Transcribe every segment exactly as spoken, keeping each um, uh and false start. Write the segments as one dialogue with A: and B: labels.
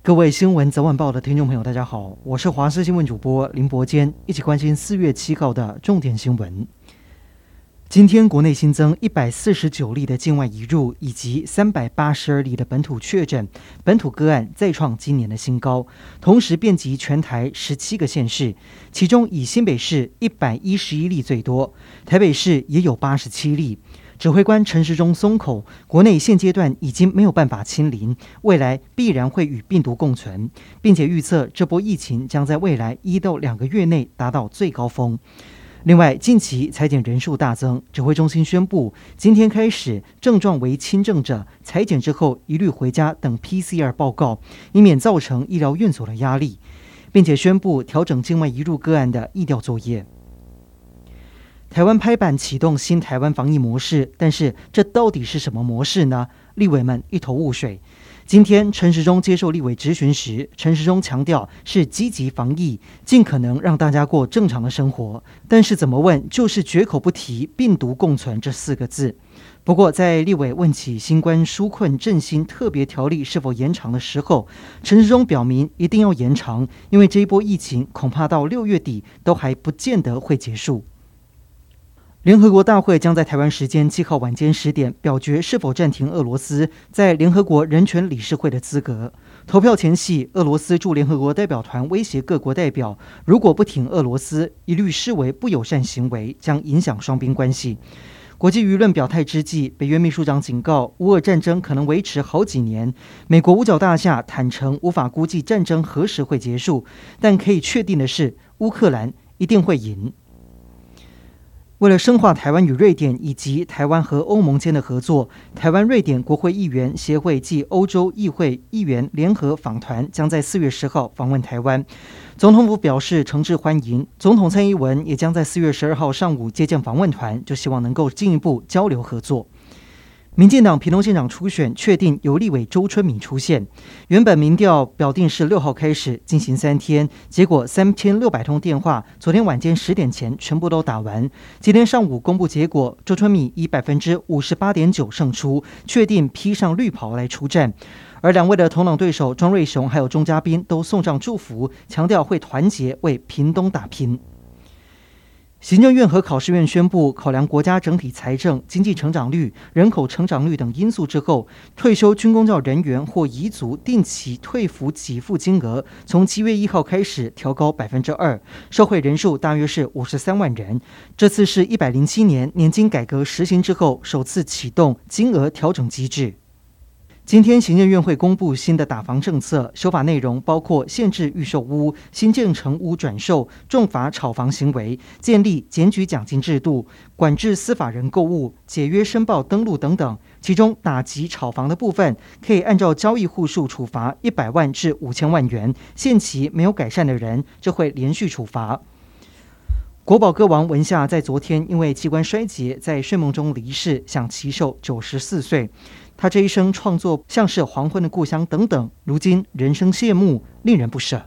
A: 各位新闻早晚报的听众朋友大家好，我是华视新闻主播林伯坚，一起关心四月七号的重点新闻。今天国内新增一百四十九例的境外移入，以及三百八十二例的本土确诊，本土个案再创今年的新高，同时遍及全台十七个县市，其中以新北市一百一十一例最多，台北市也有八十七例。指挥官陈时中松口，国内现阶段已经没有办法清零，未来必然会与病毒共存，并且预测这波疫情将在未来一到两个月内达到最高峰。另外，近期采检人数大增，指挥中心宣布，今天开始症状为轻症者采检之后一律回家等 P C R 报告，以免造成医疗院所的压力，并且宣布调整境外移入个案的疫调作业。台湾拍板启动新台湾防疫模式，但是这到底是什么模式呢？立委们一头雾水。今天陈时中接受立委质询时，陈时中强调是积极防疫，尽可能让大家过正常的生活，但是怎么问就是绝口不提病毒共存这四个字。不过在立委问起新冠纾困振兴特别条例是否延长的时候，陈时中表明一定要延长，因为这一波疫情恐怕到六月底都还不见得会结束。联合国大会将在台湾时间七号晚间十点表决是否暂停俄罗斯在联合国人权理事会的资格。投票前夕，俄罗斯驻联合国代表团威胁各国代表，如果不挺俄罗斯，一律视为不友善行为，将影响双边关系。国际舆论表态之际，北约秘书长警告，乌俄战争可能维持好几年。美国五角大厦坦承无法估计战争何时会结束，但可以确定的是，乌克兰一定会赢。为了深化台湾与瑞典以及台湾和欧盟间的合作，台湾瑞典国会议员协会暨欧洲议会议员联合访团将在四月十号访问台湾。总统府表示诚挚欢迎，总统蔡英文也将在四月十二号上午接见访问团，就希望能够进一步交流合作。民进党屏东县长初选确定由立委周春米出现，原本民调表定是六号开始进行三天，结果三千六百通电话，昨天晚间十点前全部都打完。今天上午公布结果，周春米以百分之五十八点九胜出，确定披上绿袍来出战。而两位的同党对手庄瑞雄还有钟嘉宾都送上祝福，强调会团结为屏东打拼。行政院和考试院宣布，考量国家整体财政、经济成长率、人口成长率等因素之后，退休军公教人员或遗族定期退抚给付金额，从七月一号开始调高百分之二，受惠人数大约是五十三万人。这次是一百零七年年金改革实行之后首次启动金额调整机制。今天行政院会公布新的打房政策，修法内容包括限制预售屋、新建成屋转售、重罚炒房行为、建立检举奖金制度、管制司法人购物、解约申报登录等等。其中打击炒房的部分，可以按照交易户数处罚一百万至五千万元，限期没有改善的人，就会连续处罚。国宝歌王文夏在昨天因为器官衰竭，在睡梦中离世，享其寿九十四岁。他这一生创作像是《黄昏的故乡》等等，如今人生谢幕，令人不舍。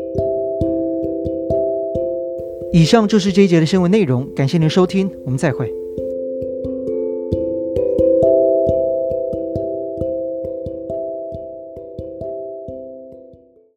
A: 以上就是这一节的新闻内容，感谢您收听，我们再会。